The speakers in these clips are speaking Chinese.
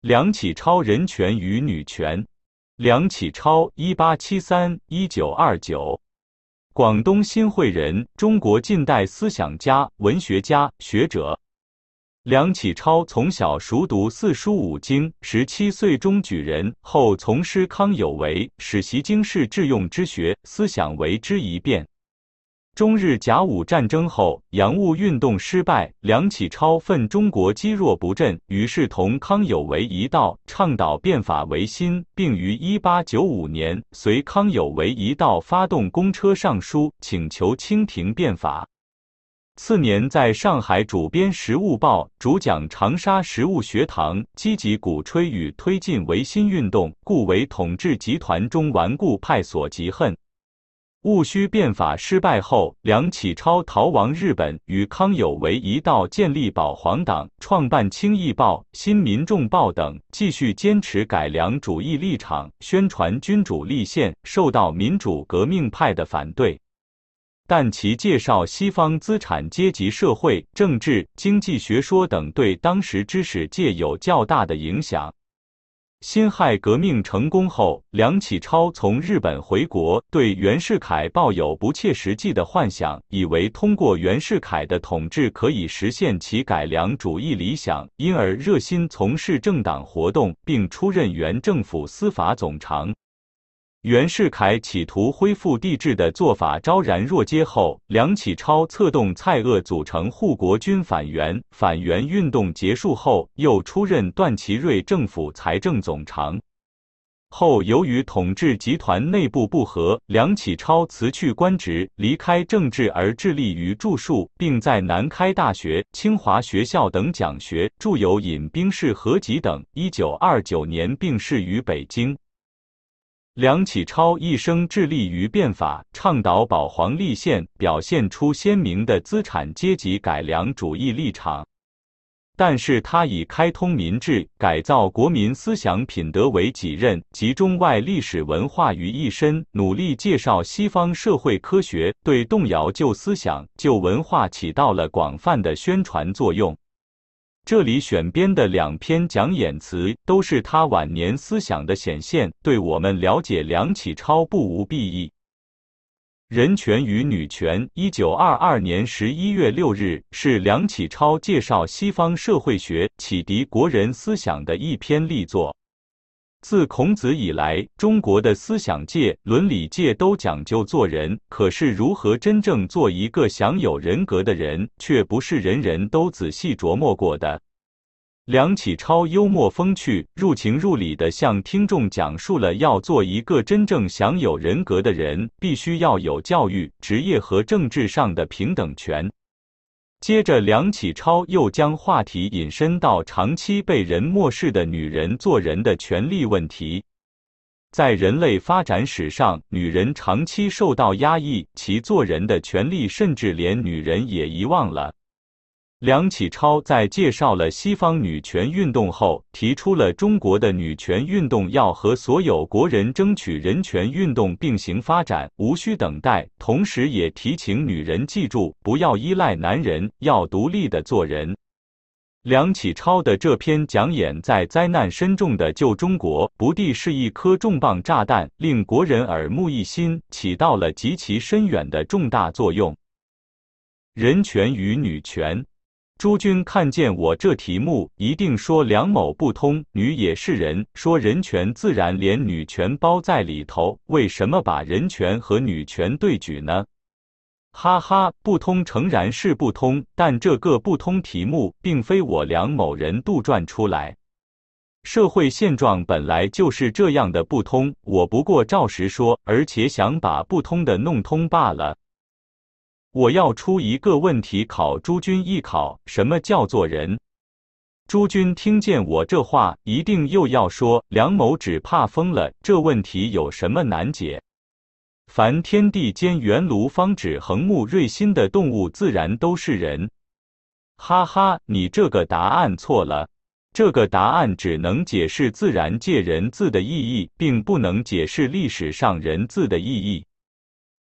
梁启超人权与女权。梁启超，1873-1929，广东新会人，中国近代思想家、文学家、学者。梁启超从小熟读四书五经，17岁中举人，后从师康有为，使习经世致用之学，思想为之一变。中日甲午战争后，洋务运动失败，梁启超愤中国积弱不振，于是同康有为一道，倡导变法维新，并于1895年随康有为一道发动公车上书，请求清廷变法。次年在上海主编《时务报》，主讲长沙实务学堂，积极鼓吹与推进维新运动，故为统治集团中顽固派所嫉恨。戊戌变法失败后，梁启超逃亡日本，与康有为一道建立保皇党，创办《清议报》《新民众报》等，继续坚持改良主义立场，宣传君主立宪，受到民主革命派的反对。但其介绍西方资产阶级社会、政治、经济学说等，对当时知识界有较大的影响。辛亥革命成功后，梁启超从日本回国，对袁世凯抱有不切实际的幻想，以为通过袁世凯的统治可以实现其改良主义理想，因而热心从事政党活动，并出任原政府司法总长。袁世凯企图恢复帝制的做法昭然若揭后，梁启超策动蔡锷组成护国军反袁。反袁运动结束后，又出任段祺瑞政府财政总长。后由于统治集团内部不和，梁启超辞去官职，离开政治而致力于著述，并在南开大学、清华学校等讲学，著有《饮冰室合集》等。1929年病逝于北京。梁启超一生致力于变法，倡导保皇立宪，表现出鲜明的资产阶级改良主义立场。但是他以开通民智、改造国民思想品德为己任，集中外历史文化于一身，努力介绍西方社会科学，对动摇旧思想、旧文化起到了广泛的宣传作用。这里选编的2篇讲演词都是他晚年思想的显现，对我们了解梁启超不无裨益。人权与女权，1922年11月6日，是梁启超介绍西方社会学、启迪国人思想的一篇力作。自孔子以来，中国的思想界、伦理界都讲究做人，可是如何真正做一个享有人格的人，却不是人人都仔细琢磨过的。梁启超幽默风趣、入情入理地向听众讲述了要做一个真正享有人格的人，必须要有教育、职业和政治上的平等权。接着，梁启超又将话题引申到长期被人漠视的女人做人的权利问题。在人类发展史上，女人长期受到压抑，其做人的权利甚至连女人也遗忘了。梁启超在介绍了西方女权运动后，提出了中国的女权运动要和所有国人争取人权运动并行发展，无需等待，同时也提醒女人记住，不要依赖男人，要独立的做人。梁启超的这篇讲演在灾难深重的旧中国，不地是一颗重磅炸弹，令国人耳目一新，起到了极其深远的重大作用。人权与女权。诸君看见我这题目，一定说梁某不通，女也是人，说人权自然连女权包在里头，为什么把人权和女权对举呢？哈哈，不通诚然是不通，但这个不通题目并非我梁某人杜撰出来。社会现状本来就是这样的不通，我不过照实说，而且想把不通的弄通罢了。我要出一个问题考诸君一考，什么叫做人？诸君听见我这话，一定又要说梁某只怕疯了，这问题有什么难解？凡天地间圆炉方指横木锐心的动物，自然都是人。哈哈，你这个答案错了。这个答案只能解释自然界人字的意义，并不能解释历史上人字的意义。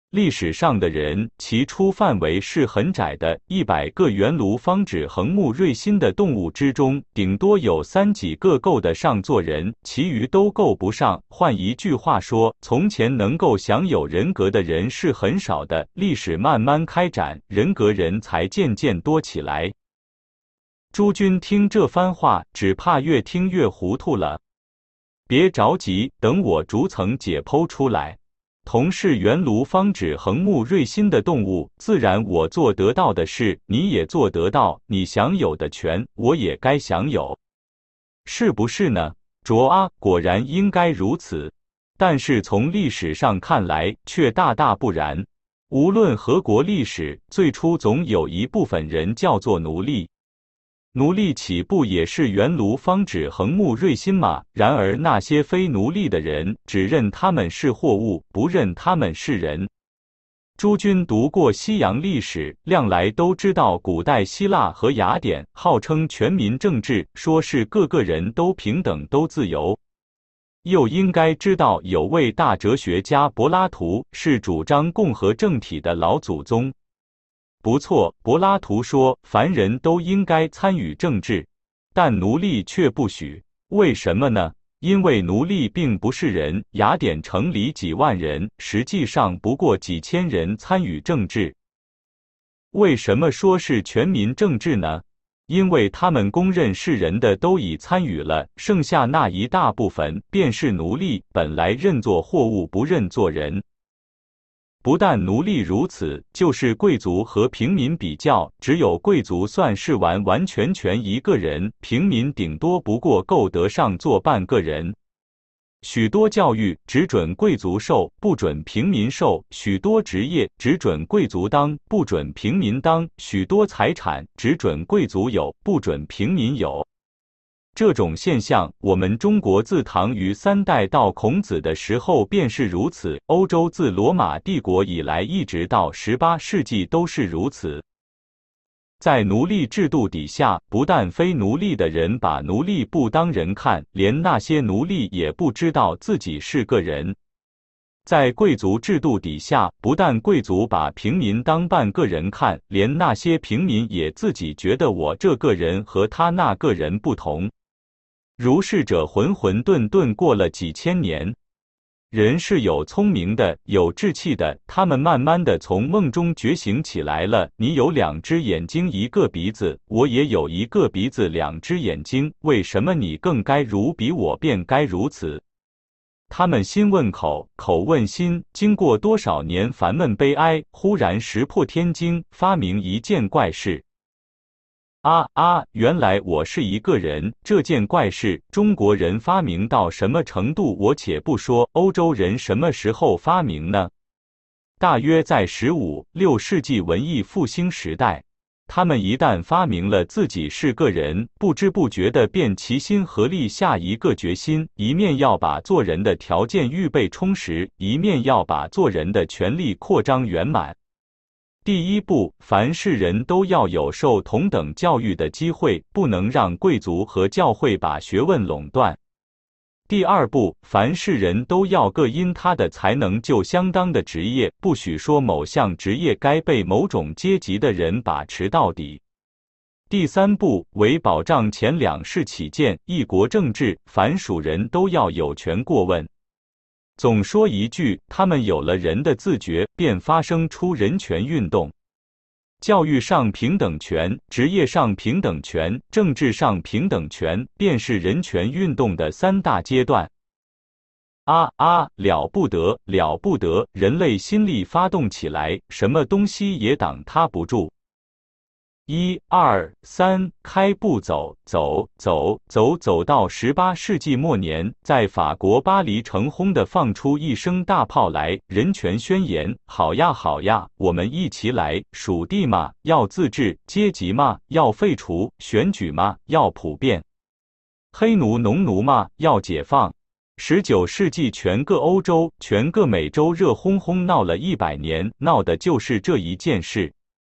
历史上的人，其出范围是很窄的，100个圆炉方指横木锐心的动物之中，顶多有3几个够得上做人，其余都够不上。换一句话说，从前能够享有人格的人是很少的，历史慢慢开展，人格人才渐渐多起来。诸君听这番话，只怕越听越糊涂了。别着急，等我逐层解剖出来。同是圆炉方指横木锐心的动物，自然我做得到的事，你也做得到；你享有的权，我也该享有，是不是呢？卓啊，果然应该如此。但是从历史上看来，却大大不然。无论何国历史，最初总有一部分人叫做奴隶。奴隶起步也是圆炉方指横木锐心嘛？然而那些非奴隶的人，只认他们是货物，不认他们是人。诸君读过西洋历史，量来都知道，古代希腊和雅典号称全民政治，说是个个人都平等、都自由。又应该知道，有位大哲学家柏拉图是主张共和政体的老祖宗。不错，柏拉图说凡人都应该参与政治，但奴隶却不许。为什么呢？因为奴隶并不是人。雅典城里几万人，实际上不过几千人参与政治。为什么说是全民政治呢？因为他们公认是人的都已参与了，剩下那一大部分便是奴隶，本来认作货物，不认作人。不但奴隶如此，就是贵族和平民比较，只有贵族算是完完全全一个人，平民顶多不过够得上做半个人。许多教育只准贵族受，不准平民受；许多职业只准贵族当，不准平民当；许多财产只准贵族有，不准平民有。这种现象，我们中国自唐虞3代到孔子的时候便是如此，欧洲自罗马帝国以来一直到18世纪都是如此。在奴隶制度底下，不但非奴隶的人把奴隶不当人看，连那些奴隶也不知道自己是个人。在贵族制度底下，不但贵族把平民当半个人看，连那些平民也自己觉得我这个人和他那个人不同。如是者混混沌沌过了几千年，人是有聪明的，有志气的，他们慢慢的从梦中觉醒起来了。你有2只眼睛1个鼻子，我也有1个鼻子2只眼睛，为什么你更该如彼，我便该如此？他们心问口，口问心，经过多少年烦闷悲哀，忽然石破天惊，发明一件怪事。原来我是一个人！这件怪事，中国人发明到什么程度我且不说，欧洲人什么时候发明呢？大约在15、16世纪文艺复兴时代。他们一旦发明了自己是个人，不知不觉地便齐心合力下一个决心，一面要把做人的条件预备充实，一面要把做人的权力扩张圆满。第一步，凡是人都要有受同等教育的机会，不能让贵族和教会把学问垄断。第二步，凡是人都要各因他的才能就相当的职业，不许说某项职业该被某种阶级的人把持到底。第三步，为保障前2事起见，一国政治，凡属人都要有权过问。总说一句，他们有了人的自觉，便发生出人权运动。教育上平等权，职业上平等权，政治上平等权，便是人权运动的3大阶段。了不得，了不得！人类心力发动起来，什么东西也挡他不住。1、2、3，开步走，走到18世纪末年，在法国巴黎城轰地放出一声大炮来，人权宣言，好呀好呀，我们一起来，属地嘛，要自治，阶级嘛，要废除，选举嘛，要普遍，黑奴农奴嘛，要解放。19世纪全个欧洲、全个美洲热烘烘闹了100年，闹的就是这一件事。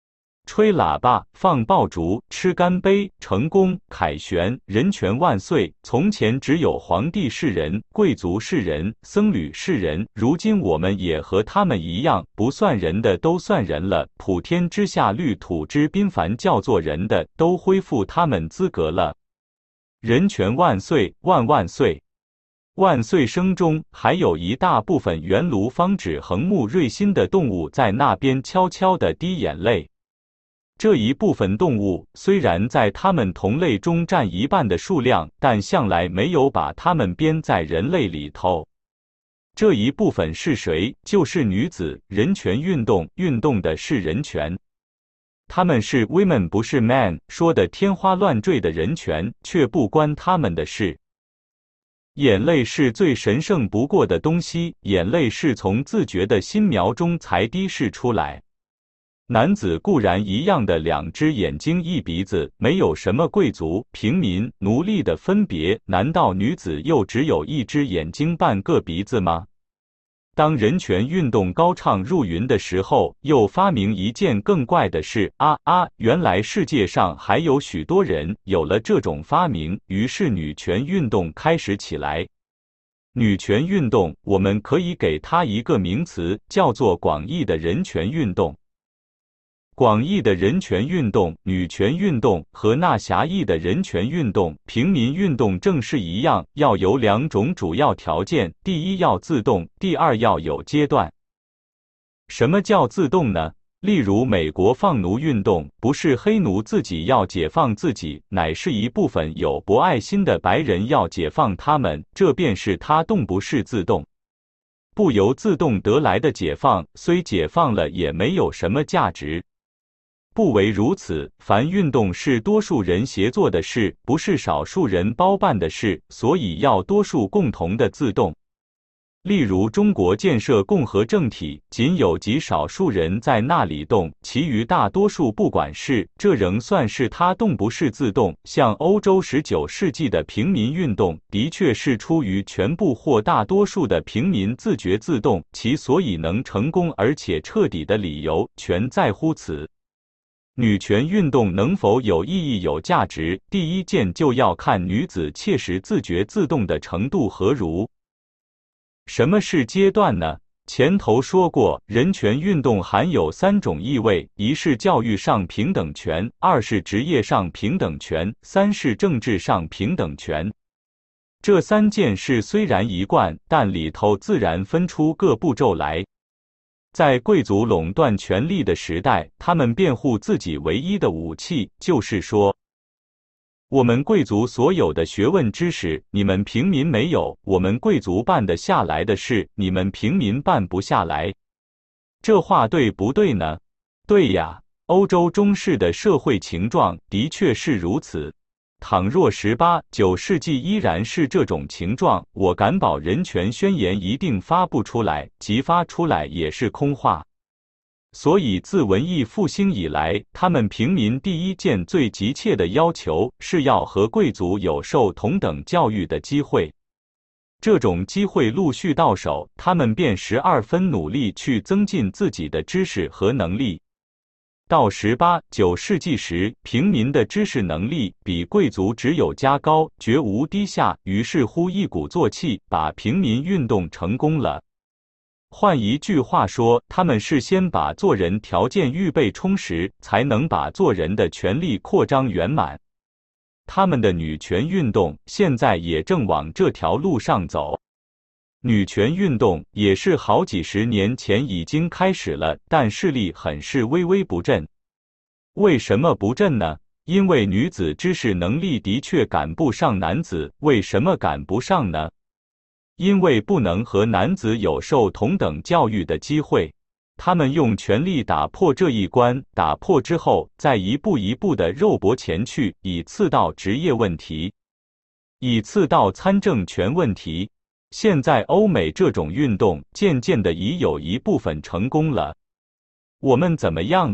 吹喇叭、放爆竹、吃干杯、成功、凯旋、人权万岁。从前只有皇帝是人，贵族是人，僧侣是人，如今我们也和他们一样，不算人的都算人了。普天之下，绿土之滨，凡叫做人的，都恢复他们资格了。人权万岁，万万岁！万岁声中，还有一大部分圆颅方指、横目锐心的动物在那边悄悄地滴眼泪。这一部分动物虽然在它们同类中占一半的数量，但向来没有把它们编在人类里头。这一部分是谁？就是女子。人权运动的是人权。他们是 women 不是 man， 说的天花乱坠的人权，却不关他们的事。眼泪是最神圣不过的东西，眼泪是从自觉的心苗中才滴释出来。男子固然一样的两只眼睛一鼻子，没有什么贵族、平民、奴隶的分别，难道女子又只有一只眼睛半个鼻子吗？当人权运动高唱入云的时候，又发明一件更怪的事，原来世界上还有许多人有了这种发明，于是女权运动开始起来。女权运动，我们可以给它一个名词，叫做广义的人权运动。广义的人权运动、女权运动和那狭义的人权运动、平民运动正是一样，要有两种主要条件：第一要自动，第二要有阶段。什么叫自动呢？例如美国放奴运动，不是黑奴自己要解放自己，乃是一部分有博爱心的白人要解放他们，这便是他动，不是自动。不由自动得来的解放，虽解放了也没有什么价值。不为如此，凡运动是多数人协作的事，不是少数人包办的事，所以要多数共同的自动。例如中国建设共和政体，仅有极少数人在那里动，其余大多数不管事，这仍算是他动，不是自动。像欧洲19世纪的平民运动，的确是出于全部或大多数的平民自觉自动，其所以能成功而且彻底的理由，全在乎此。女权运动能否有意义、有价值，第一件就要看女子切实自觉自动的程度何如。什么是阶段呢？前头说过，人权运动含有3种意味：一是教育上平等权，二是职业上平等权，三是政治上平等权。这3件事虽然一贯，但里头自然分出各步骤来。在贵族垄断权力的时代，他们辩护自己唯一的武器，就是说，我们贵族所有的学问知识，你们平民没有；我们贵族办得下来的事，你们平民办不下来。这话对不对呢？对呀，欧洲中世的社会情状的确是如此。倘若18、19世纪依然是这种情状，我敢保人权宣言一定发不出来，即发出来也是空话。所以自文艺复兴以来，他们平民第一件最急切的要求，是要和贵族有受同等教育的机会。这种机会陆续到手，他们便12分努力去增进自己的知识和能力。到18、19世纪时，平民的知识能力比贵族只有加高，绝无低下，于是乎一鼓作气，把平民运动成功了。换一句话说，他们是先把做人条件预备充实，才能把做人的权利扩张圆满。他们的女权运动现在也正往这条路上走。女权运动也是好几十年前已经开始了，但势力很是微微不振。为什么不振呢？因为女子知识能力的确赶不上男子。为什么赶不上呢？因为不能和男子有受同等教育的机会。他们用权力打破这一关，打破之后，再一步一步的肉搏前去，以次到职业问题，以次到参政权问题。现在欧美这种运动渐渐的已有一部分成功了。我们怎么样呢？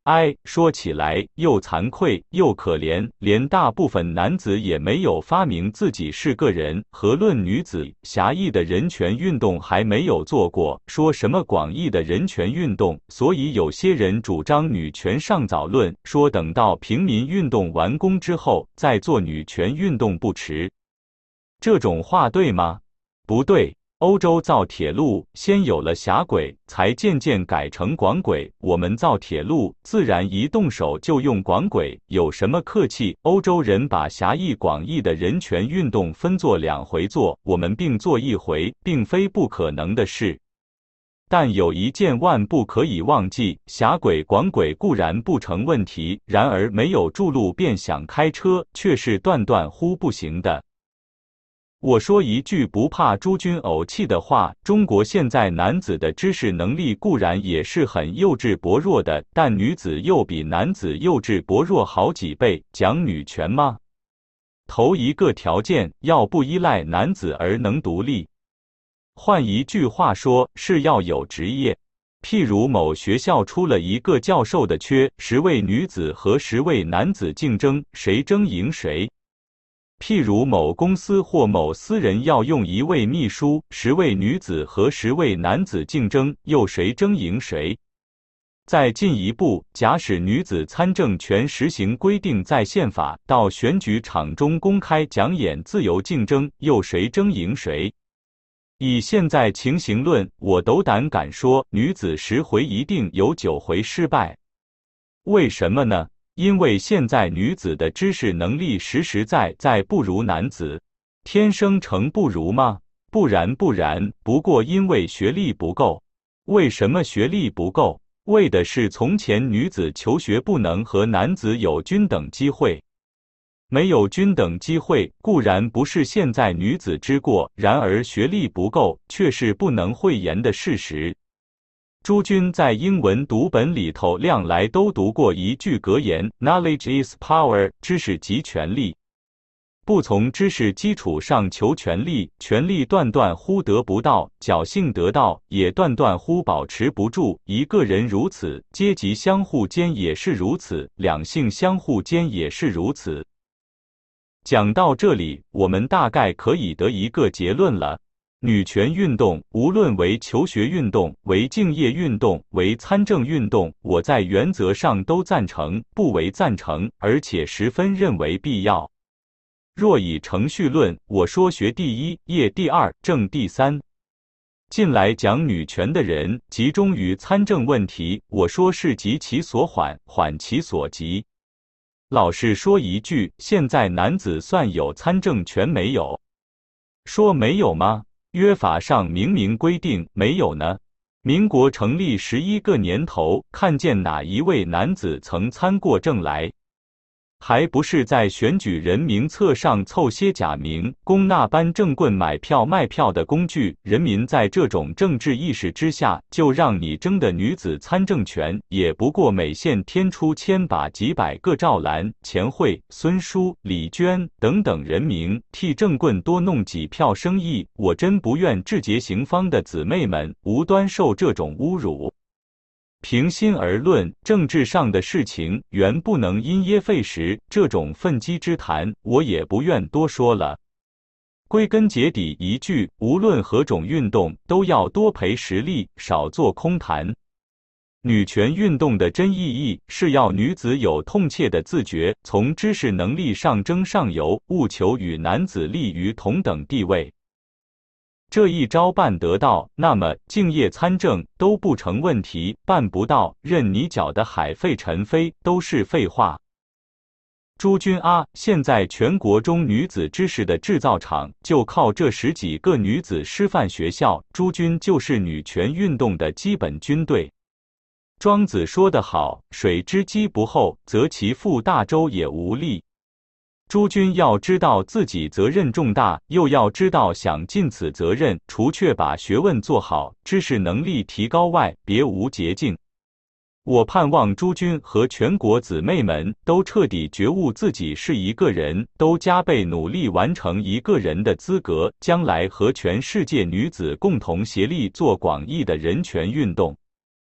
哎，说起来又惭愧又可怜，连大部分男子也没有发明自己是个人，何论女子？狭义的人权运动还没有做过，说什么广义的人权运动？所以有些人主张女权尚早论，说等到平民运动完工之后再做女权运动不迟。这种话对吗？不对。欧洲造铁路，先有了狭轨，才渐渐改成广轨。我们造铁路，自然一动手就用广轨，有什么客气？欧洲人把狭义广义的人权运动分作两回做，我们并做一回，并非不可能的事。但有一件万不可以忘记，狭轨广轨固然不成问题，然而没有筑路便想开车，却是断断乎不行的。我说一句不怕诸君怄气的话，中国现在男子的知识能力固然也是很幼稚薄弱的，但女子又比男子幼稚薄弱好几倍。讲女权吗？头一个条件，要不依赖男子而能独立。换一句话说，是要有职业。譬如某学校出了一个教授的缺，10位女子和10位男子竞争，谁争赢谁？譬如某公司或某私人要用1位秘书，10位女子和10位男子竞争，又谁争赢谁？再进一步，假使女子参政权实行规定在宪法，到选举场中公开讲演自由竞争，又谁争赢谁？以现在情形论，我斗胆敢说，女子10回一定有9回失败。为什么呢？因为现在女子的知识能力实实在在不如男子，天生成不如吗？不然，不过因为学历不够。为什么学历不够？为的是从前女子求学不能和男子有均等机会。没有均等机会，固然不是现在女子之过，然而学历不够却是不能讳言的事实。诸君在英文读本里头量来都读过一句格言 ：Knowledge is power， 知识即权力。不从知识基础上求权力，权力断断乎得不到，侥幸得到，也断断乎保持不住。一个人如此，阶级相互间也是如此，两性相互间也是如此。讲到这里，我们大概可以得一个结论了。女权运动，无论为求学运动、为敬业运动、为参政运动，我在原则上都赞成，不为赞成，而且十分认为必要。若以程序论，我说学第一，业第二，政第三。近来讲女权的人集中于参政问题，我说是急其所缓，缓其所急。老实说一句，现在男子算有参政权没有？说没有吗？约法上明明规定没有呢。民国成立11个年头，看见哪一位男子曾参过政来？还不是在选举人名册上凑些假名，供那班政棍买票卖票的工具。人民在这种政治意识之下，就让你争的女子参政权，也不过每县添出千把几百个赵兰、钱惠、孙淑、李娟等等人名，替政棍多弄几票生意。我真不愿志节行方的姊妹们无端受这种侮辱。平心而论，政治上的事情原不能因噎废食，这种愤激之谈，我也不愿多说了。归根结底一句，无论何种运动，都要多赔实力，少做空谈。女权运动的真意义，是要女子有痛切的自觉，从知识能力上争上游，务求与男子立于同等地位。这一招办得到，那么敬业参政都不成问题；办不到，任你搅得海沸尘飞，都是废话。诸君啊，现在全国中女子知识的制造厂，就靠这10几个女子师范学校。诸君就是女权运动的基本军队。庄子说得好：“水之积不厚，则其覆大舟也无力。”诸君要知道自己责任重大，又要知道想尽此责任，除却把学问做好、知识能力提高外，别无捷径。我盼望诸君和全国姊妹们都彻底觉悟自己是一个人，都加倍努力完成一个人的资格，将来和全世界女子共同协力做广义的人权运动。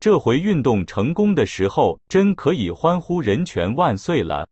这回运动成功的时候，真可以欢呼人权万岁了。